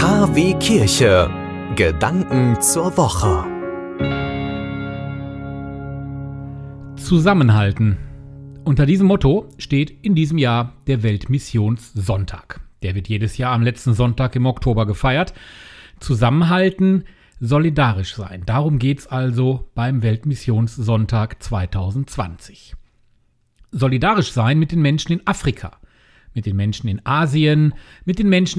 KW Kirche. Gedanken zur Woche. Zusammenhalten. Unter diesem Motto steht in diesem Jahr der Weltmissionssonntag. Der wird jedes Jahr am letzten Sonntag im Oktober gefeiert. Zusammenhalten, solidarisch sein. Darum geht es also beim Weltmissionssonntag 2020. Solidarisch sein mit den Menschen in Afrika, mit den Menschen in Asien, mit den Menschen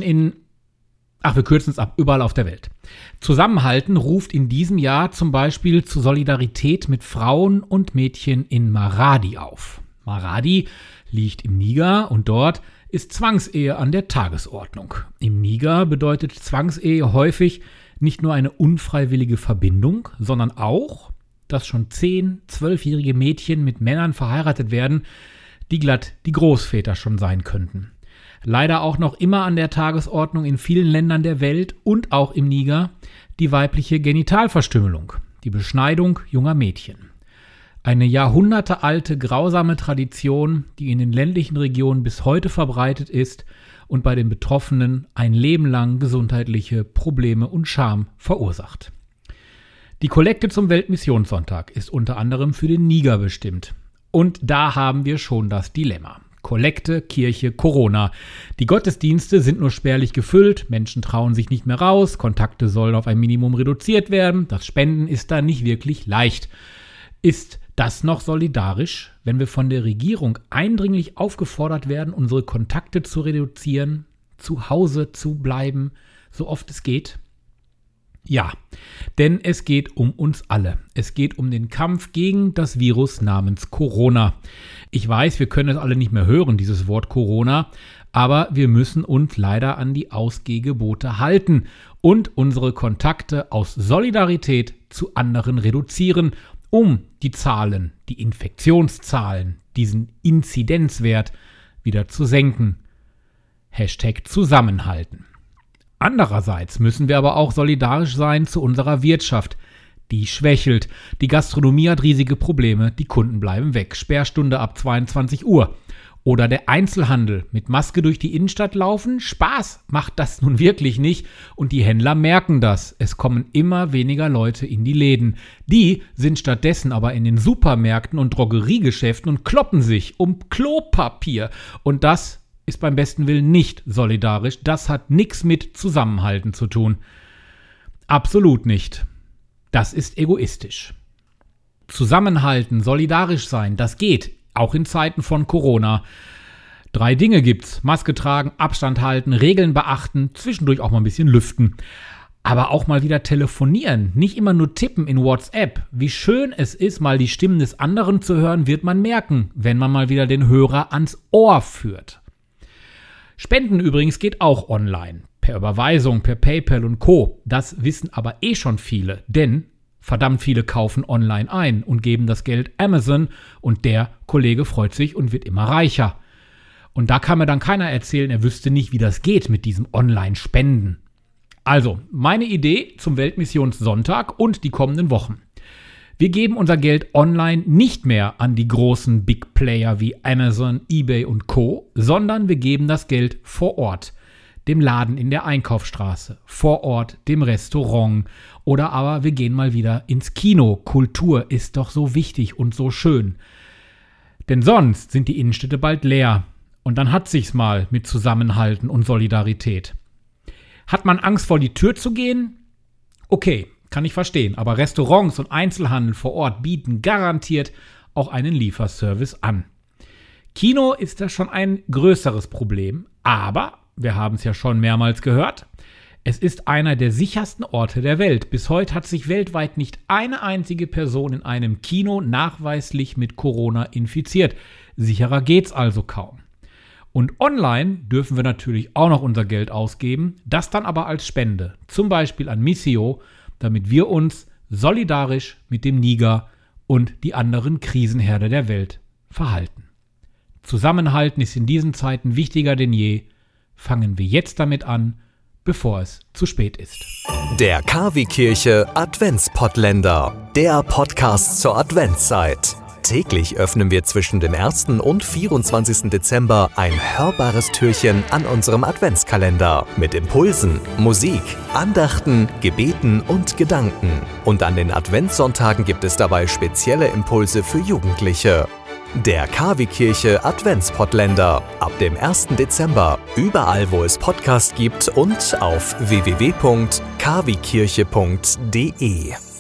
wir kürzen es ab, überall auf der Welt. Zusammenhalten ruft in diesem Jahr zum Beispiel zu Solidarität mit Frauen und Mädchen in Maradi auf. Maradi liegt im Niger und dort ist Zwangsehe an der Tagesordnung. Im Niger bedeutet Zwangsehe häufig nicht nur eine unfreiwillige Verbindung, sondern auch, dass schon 10-, 12-jährige Mädchen mit Männern verheiratet werden, die glatt die Großväter schon sein könnten. Leider auch noch immer an der Tagesordnung in vielen Ländern der Welt und auch im Niger die weibliche Genitalverstümmelung, die Beschneidung junger Mädchen. Eine jahrhundertealte grausame Tradition, die in den ländlichen Regionen bis heute verbreitet ist und bei den Betroffenen ein Leben lang gesundheitliche Probleme und Scham verursacht. Die Kollekte zum Weltmissionssonntag ist unter anderem für den Niger bestimmt. Und da haben wir schon das Dilemma. Kollekte, Kirche, Corona. Die Gottesdienste sind nur spärlich gefüllt, Menschen trauen sich nicht mehr raus, Kontakte sollen auf ein Minimum reduziert werden, das Spenden ist da nicht wirklich leicht. Ist das noch solidarisch, wenn wir von der Regierung eindringlich aufgefordert werden, unsere Kontakte zu reduzieren, zu Hause zu bleiben, so oft es geht? Ja, denn es geht um uns alle. Es geht um den Kampf gegen das Virus namens Corona. Ich weiß, wir können es alle nicht mehr hören, dieses Wort Corona, aber wir müssen uns leider an die Ausgehgebote halten und unsere Kontakte aus Solidarität zu anderen reduzieren, um die Zahlen, die Infektionszahlen, diesen Inzidenzwert wieder zu senken. #Zusammenhalten. Andererseits müssen wir aber auch solidarisch sein zu unserer Wirtschaft. Die schwächelt. Die Gastronomie hat riesige Probleme. Die Kunden bleiben weg. Sperrstunde ab 22 Uhr. Oder der Einzelhandel. Mit Maske durch die Innenstadt laufen? Spaß macht das nun wirklich nicht. Und die Händler merken das. Es kommen immer weniger Leute in die Läden. Die sind stattdessen aber in den Supermärkten und Drogeriegeschäften und kloppen sich um Klopapier. Und das ist beim besten Willen nicht solidarisch. Das hat nichts mit Zusammenhalten zu tun. Absolut nicht. Das ist egoistisch. Zusammenhalten, solidarisch sein, das geht, auch in Zeiten von Corona. 3 Dinge gibt's: Maske tragen, Abstand halten, Regeln beachten, zwischendurch auch mal ein bisschen lüften. Aber auch mal wieder telefonieren, nicht immer nur tippen in WhatsApp. Wie schön es ist, mal die Stimmen des anderen zu hören, wird man merken, wenn man mal wieder den Hörer ans Ohr führt. Spenden übrigens geht auch online, per Überweisung, per PayPal und Co. Das wissen aber schon viele, denn verdammt viele kaufen online ein und geben das Geld Amazon und der Kollege freut sich und wird immer reicher. Und da kann mir dann keiner erzählen, er wüsste nicht, wie das geht mit diesem Online-Spenden. Also, meine Idee zum Weltmissionssonntag und die kommenden Wochen. Wir geben unser Geld online nicht mehr an die großen Big Player wie Amazon, eBay und Co., sondern wir geben das Geld vor Ort, dem Laden in der Einkaufsstraße, vor Ort dem Restaurant oder aber wir gehen mal wieder ins Kino. Kultur ist doch so wichtig und so schön. Denn sonst sind die Innenstädte bald leer und dann hat sich's mal mit Zusammenhalten und Solidarität. Hat man Angst vor die Tür zu gehen? Okay. Kann ich verstehen, aber Restaurants und Einzelhandel vor Ort bieten garantiert auch einen Lieferservice an. Kino ist da schon ein größeres Problem, aber, wir haben es ja schon mehrmals gehört, es ist einer der sichersten Orte der Welt. Bis heute hat sich weltweit nicht eine einzige Person in einem Kino nachweislich mit Corona infiziert. Sicherer geht's also kaum. Und online dürfen wir natürlich auch noch unser Geld ausgeben, das dann aber als Spende, zum Beispiel an Missio, damit wir uns solidarisch mit dem Niger und die anderen Krisenherde der Welt verhalten. Zusammenhalten ist in diesen Zeiten wichtiger denn je. Fangen wir jetzt damit an, bevor es zu spät ist. Der KW Kirche Adventspottländer, der Podcast zur Adventszeit. Täglich öffnen wir zwischen dem 1. und 24. Dezember ein hörbares Türchen an unserem Adventskalender mit Impulsen, Musik, Andachten, Gebeten und Gedanken. Und an den Adventssonntagen gibt es dabei spezielle Impulse für Jugendliche. Der KW-Kirche Adventspottländer. Ab dem 1. Dezember überall, wo es Podcasts gibt und auf www.kwkirche.de.